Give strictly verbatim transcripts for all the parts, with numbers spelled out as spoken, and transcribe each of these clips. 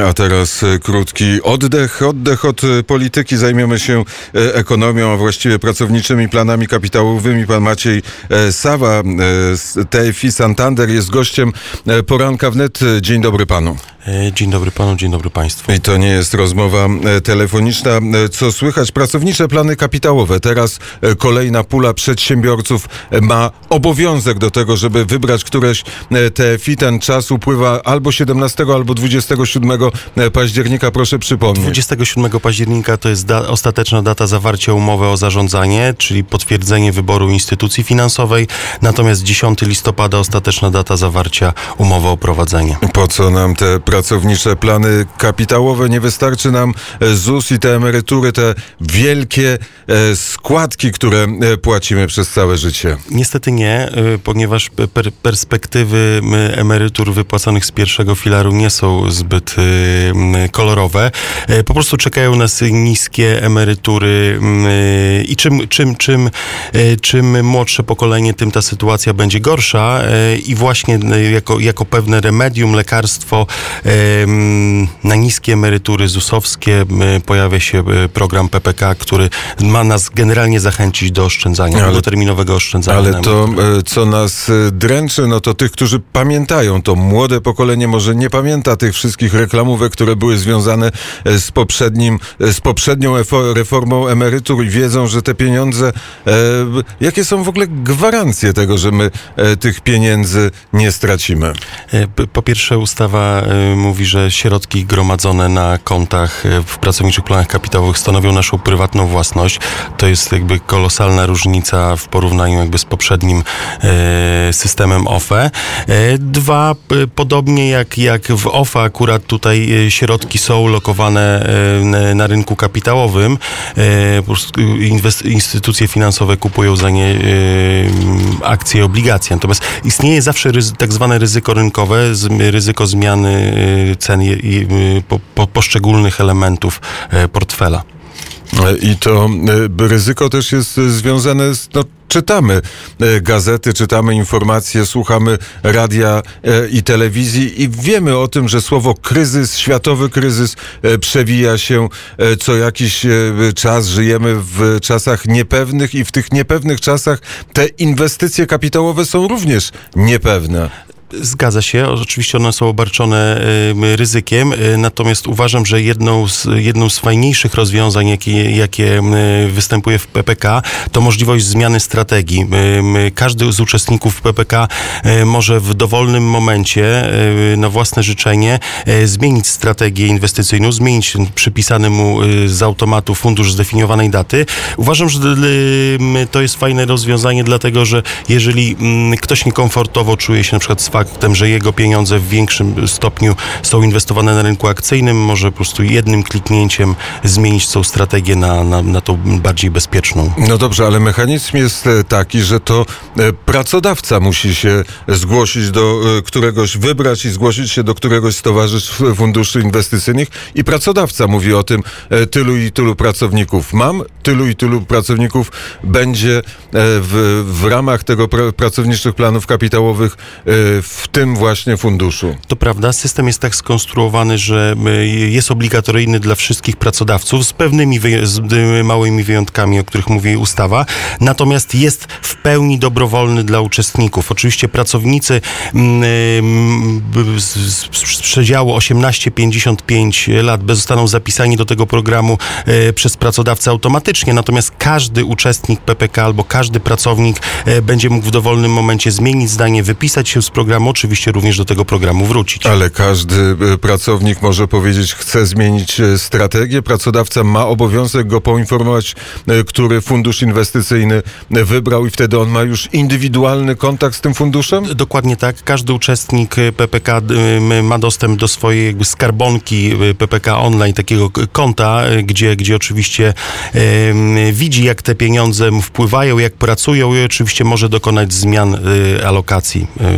A teraz krótki oddech, oddech od polityki. Zajmiemy się ekonomią, a właściwie pracowniczymi planami kapitałowymi. Pan Maciej Sawa z T F I Santander jest gościem Poranka Wnet. Dzień dobry panu. Dzień dobry panu, dzień dobry państwu. I to nie jest rozmowa telefoniczna. Co słychać? Pracownicze plany kapitałowe. Teraz kolejna pula przedsiębiorców ma obowiązek do tego, żeby wybrać któreś T F I. Ten czas upływa albo siedemnastego, albo dwudziestego siódmego października. Proszę przypomnieć. dwudziestego siódmego października to jest da- ostateczna data zawarcia umowy o zarządzanie, czyli potwierdzenie wyboru instytucji finansowej. Natomiast dziesiątego listopada ostateczna data zawarcia umowy o prowadzenie. Po co nam te pracownicze plany kapitałowe? Nie wystarczy nam Z U S i te emerytury, te wielkie e, składki, które e, płacimy przez całe życie. Niestety nie, y, ponieważ per- perspektywy y, emerytur wypłacanych z pierwszego filaru nie są zbyt y, kolorowe. Y, po prostu czekają nas niskie emerytury y, i czym, czym, czym, y, czym młodsze pokolenie, tym ta sytuacja będzie gorsza y, i właśnie y, jako, jako pewne remedium, lekarstwo y, na niskie emerytury Z U S-owskie y, pojawia się y, program P P K, który ma nas generalnie zachęcić do oszczędzania, ale, długoterminowego oszczędzania. Ale to, co nas dręczy, no to tych, którzy pamiętają, to młode pokolenie może nie pamięta tych wszystkich reklamówek, które były związane z poprzednim, z poprzednią reformą emerytur i wiedzą, że te pieniądze, e, jakie są w ogóle gwarancje tego, że my e, tych pieniędzy nie stracimy? Po pierwsze, ustawa e, mówi, że środki gromadzone na kontach e, w pracowniczych planach kapitałowych stanowią naszą prywatną własność. To jest jakby kolosalna różnica w porównaniu jakby z poprzednim e, systemem O F E. E, dwa, p, podobnie jak, jak w O F E akurat tutaj e, środki są lokowane e, na rynku kapitałowym. E, po prostu inwest- instytucje finansowe kupują za nie e, akcje i obligacje. Natomiast istnieje zawsze ryzy- tak zwane ryzyko rynkowe, z, ryzyko zmiany e, cen i, i po, po, poszczególnych elementów e, portfela. I to e, ryzyko też jest związane z... No, czytamy e, gazety, czytamy informacje, słuchamy radia e, i telewizji i wiemy o tym, że słowo kryzys, światowy kryzys e, przewija się e, co jakiś e, czas. Żyjemy w czasach niepewnych i w tych niepewnych czasach te inwestycje kapitałowe są również niepewne. Zgadza się, oczywiście one są obarczone y, ryzykiem, y, natomiast uważam, że jedną z, jedną z fajniejszych rozwiązań, jakie, jakie y, występuje w P P K, to możliwość zmiany strategii. Y, y, każdy z uczestników P P K y, może w dowolnym momencie y, na własne życzenie y, zmienić strategię inwestycyjną, zmienić przypisany mu y, z automatu fundusz zdefiniowanej daty. Uważam, że y, to jest fajne rozwiązanie, dlatego że jeżeli y, ktoś niekomfortowo czuje się na przykład z faktem, że jego pieniądze w większym stopniu są inwestowane na rynku akcyjnym, może po prostu jednym kliknięciem zmienić tą strategię na, na, na tą bardziej bezpieczną. No dobrze, ale mechanizm jest taki, że to pracodawca musi się zgłosić do któregoś, wybrać i zgłosić się do któregoś z towarzystw funduszy inwestycyjnych i pracodawca mówi o tym, tylu i tylu pracowników mam, tylu i tylu pracowników będzie w, w ramach tego pr- pracowniczych planów kapitałowych w tym właśnie funduszu. To prawda, system jest tak skonstruowany, że jest obligatoryjny dla wszystkich pracodawców z pewnymi wyj- z małymi wyjątkami, o których mówi ustawa, natomiast jest w pełni dobrowolny dla uczestników. Oczywiście pracownicy mm, z, z, z przedziału osiemnaście pięćdziesiąt pięć lat zostaną zapisani do tego programu e, przez pracodawcę automatycznie, natomiast każdy uczestnik P P K albo każdy pracownik e, będzie mógł w dowolnym momencie zmienić zdanie, wypisać się z programu, oczywiście również do tego programu wrócić. Ale każdy pracownik może powiedzieć, chce zmienić strategię. Pracodawca ma obowiązek go poinformować, który fundusz inwestycyjny wybrał i wtedy on ma już indywidualny kontakt z tym funduszem? Dokładnie tak. Każdy uczestnik P P K ma dostęp do swojej jakby skarbonki P P K online, takiego konta, gdzie, gdzie oczywiście e, widzi, jak te pieniądze mu wpływają, jak pracują i oczywiście może dokonać zmian e, alokacji w,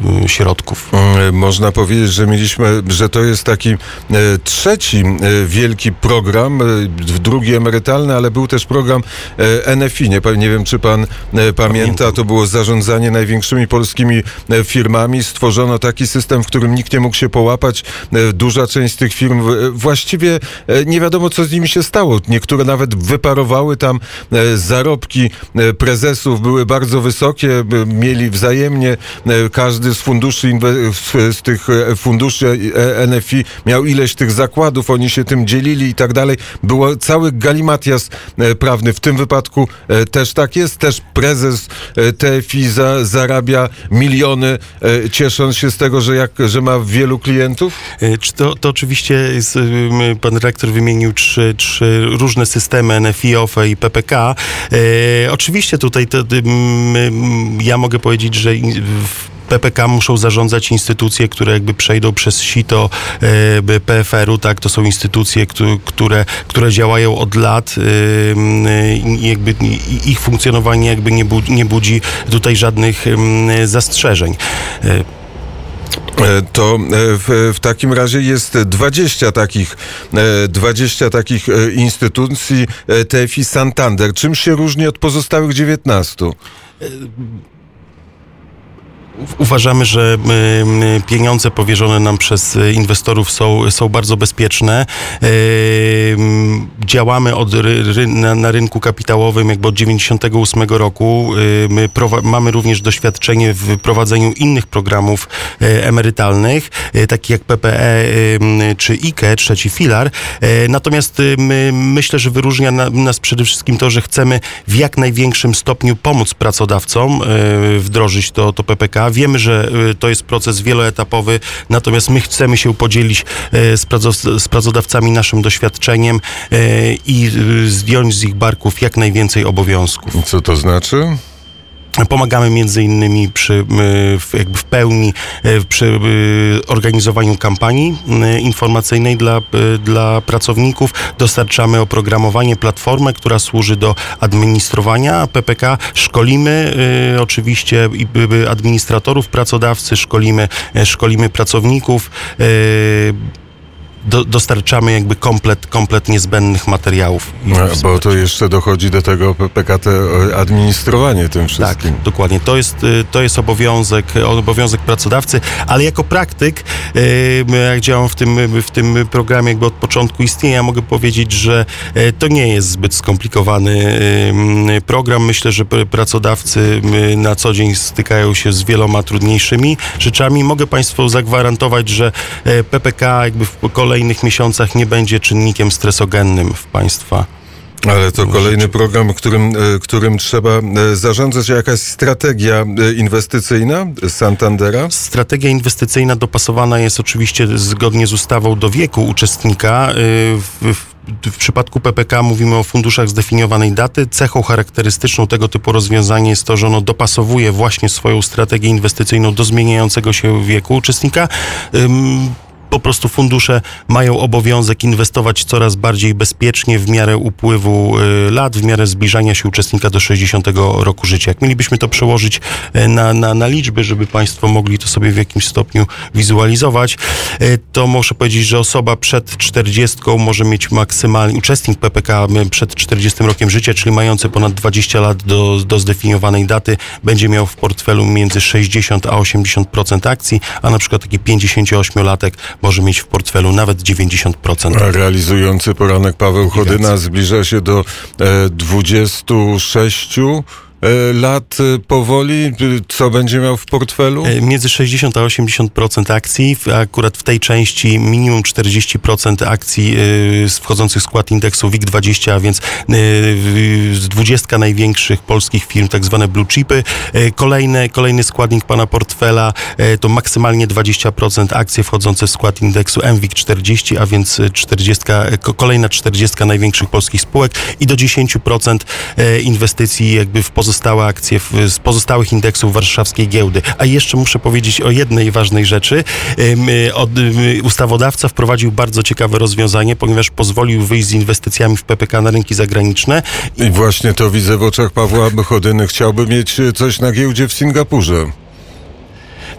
środków. Można powiedzieć, że mieliśmy, że to jest taki trzeci wielki program, drugi emerytalny, ale był też program N F I. Nie, nie wiem, czy pan pamięta, to było zarządzanie największymi polskimi firmami. Stworzono taki system, w którym nikt nie mógł się połapać. Duża część z tych firm właściwie nie wiadomo, co z nimi się stało. Niektóre nawet wyparowały tam. Zarobki prezesów były bardzo wysokie, mieli wzajemnie, każdy z funduszy, z tych funduszy N F I miał ileś tych zakładów, oni się tym dzielili i tak dalej. Było cały galimatias prawny. W tym wypadku też tak jest. Też prezes T F I za, zarabia miliony, ciesząc się z tego, że, jak, że ma wielu klientów? Czy to, to oczywiście jest, pan dyrektor wymienił trzy, trzy różne systemy N F I, O F E i P P K. E, oczywiście tutaj to, ja mogę powiedzieć, że w P P K muszą zarządzać instytucje, które jakby przejdą przez sito e, P F R u, tak, to są instytucje, które, które działają od lat e, i jakby ich funkcjonowanie jakby nie budzi, nie budzi tutaj żadnych e, zastrzeżeń. E, To w, w takim razie jest dwadzieścia takich, dwadzieścia takich instytucji T F I Santander. Czym się różni od pozostałych dziewiętnastu? Uważamy, że pieniądze powierzone nam przez inwestorów są, są bardzo bezpieczne. Działamy od ry, na, na rynku kapitałowym jakby od dziewięćdziesiątego ósmego roku. My prowa- mamy również doświadczenie w prowadzeniu innych programów emerytalnych, takich jak P P E czy I K E, trzeci filar. Natomiast my, myślę, że wyróżnia na, nas przede wszystkim to, że chcemy w jak największym stopniu pomóc pracodawcom wdrożyć to, to P P K. Wiemy, że to jest proces wieloetapowy, natomiast my chcemy się podzielić z, praco- z pracodawcami naszym doświadczeniem i zdjąć z ich barków jak najwięcej obowiązków. Co to znaczy? Pomagamy między innymi przy, jakby w pełni przy organizowaniu kampanii informacyjnej dla, dla pracowników. Dostarczamy oprogramowanie, platformę, która służy do administrowania P P K. Szkolimy oczywiście administratorów pracodawcy, szkolimy, szkolimy pracowników. Do, dostarczamy jakby komplet, komplet niezbędnych materiałów. No, bo to jeszcze dochodzi do tego P P K, te administrowanie tym wszystkim. Tak, dokładnie. To jest, to jest obowiązek, obowiązek pracodawcy, ale jako praktyk, jak działam w tym, w tym programie jakby od początku istnienia, mogę powiedzieć, że to nie jest zbyt skomplikowany program. Myślę, że pracodawcy na co dzień stykają się z wieloma trudniejszymi rzeczami. Mogę Państwu zagwarantować, że P P K jakby w kolejnych miesiącach nie będzie czynnikiem stresogennym w Państwa. Ale to kolejny program, którym, którym trzeba zarządzać. Jakaś strategia inwestycyjna Santandera? Strategia inwestycyjna dopasowana jest oczywiście zgodnie z ustawą do wieku uczestnika. W, w W przypadku P P K mówimy o funduszach zdefiniowanej daty. Cechą charakterystyczną tego typu rozwiązania jest to, że ono dopasowuje właśnie swoją strategię inwestycyjną do zmieniającego się wieku uczestnika. Um, Po prostu fundusze mają obowiązek inwestować coraz bardziej bezpiecznie w miarę upływu y, lat, w miarę zbliżania się uczestnika do sześćdziesiątego roku życia. Jak mielibyśmy to przełożyć y, na, na, na liczby, żeby Państwo mogli to sobie w jakimś stopniu wizualizować, y, to muszę powiedzieć, że osoba przed czterdziestką może mieć maksymalnie, uczestnik P P K przed czterdziestym rokiem życia, czyli mający ponad dwadzieścia lat do, do zdefiniowanej daty, będzie miał w portfelu między sześćdziesiąt a osiemdziesiąt procent akcji, a na przykład taki pięćdziesięcioośmiolatek może mieć w portfelu nawet dziewięćdziesiąt procent. A realizujący poranek Paweł Chodyna zbliża się do e, dwudziestu sześciu lat powoli. Co będzie miał w portfelu? Między sześćdziesiąt a osiemdziesiąt procent akcji. Akurat w tej części minimum czterdzieści procent akcji wchodzących w skład indeksu W I G dwadzieścia, a więc z dwudziestu największych polskich firm, tak zwane blue chipy. Kolejny, kolejny składnik pana portfela to maksymalnie dwadzieścia procent akcje wchodzące w skład indeksu M W I G czterdzieści, a więc czterdzieści, kolejna czterdzieści największych polskich spółek i do dziesięć procent inwestycji jakby w pozostałe akcje w, z pozostałych indeksów warszawskiej giełdy. A jeszcze muszę powiedzieć o jednej ważnej rzeczy. Od, ustawodawca wprowadził bardzo ciekawe rozwiązanie, ponieważ pozwolił wyjść z inwestycjami w P P K na rynki zagraniczne. I właśnie to widzę w oczach Pawła Chodyny. Chciałby mieć coś na giełdzie w Singapurze.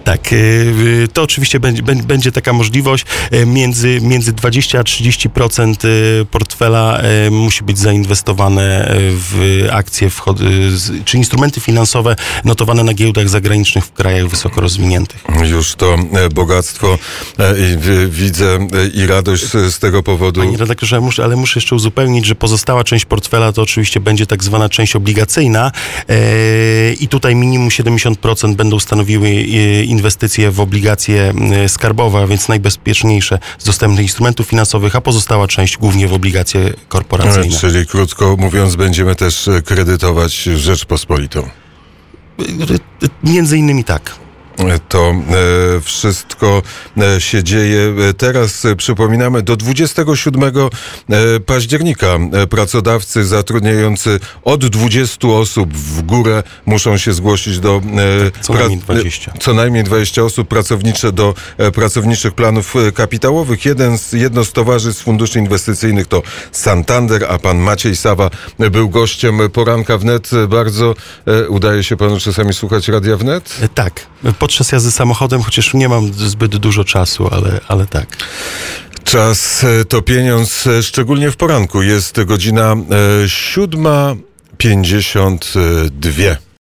Tak, y, to oczywiście będzie, będzie taka możliwość. Y, Między, między dwadzieścia a trzydzieści procent portfela y, musi być zainwestowane w akcje wchod- z- czy instrumenty finansowe notowane na giełdach zagranicznych w krajach wysoko rozwiniętych. Już to e, bogactwo e, i w- widzę e, i radość z, z tego powodu. Panie redaktorze, muszę, ale muszę jeszcze uzupełnić, że pozostała część portfela to oczywiście będzie tak zwana część obligacyjna e, i tutaj minimum siedemdziesiąt procent będą stanowiły e, inwestycje w obligacje e, skarbowe, a więc najbezpieczniejsze z dostępnych instrumentów finansowych, a pozostała część głównie w obligacje korporacyjne. E, Czyli krótko mówiąc, będziemy też e, kredytować Rzeczpospolitą. Między innymi tak. To e, wszystko e, się dzieje teraz. E, przypominamy, do dwudziestego siódmego e, października e, pracodawcy zatrudniający od dwudziestu osób w górę muszą się zgłosić do e, Co najmniej dwadzieścia. co najmniej dwadzieścia osób pracownicze do e, pracowniczych planów e, kapitałowych. Jeden z, jedno z towarzystw funduszy inwestycyjnych to Santander, a pan Maciej Sawa był gościem Poranka Wnet. Bardzo e, udaje się panu czasami słuchać Radia Wnet? E, Tak. Podczas jazdy samochodem, chociaż nie mam zbyt dużo czasu, ale, ale tak. Czas e, to pieniądz, e, szczególnie w poranku. Jest godzina e, siódma pięćdziesiąt dwie.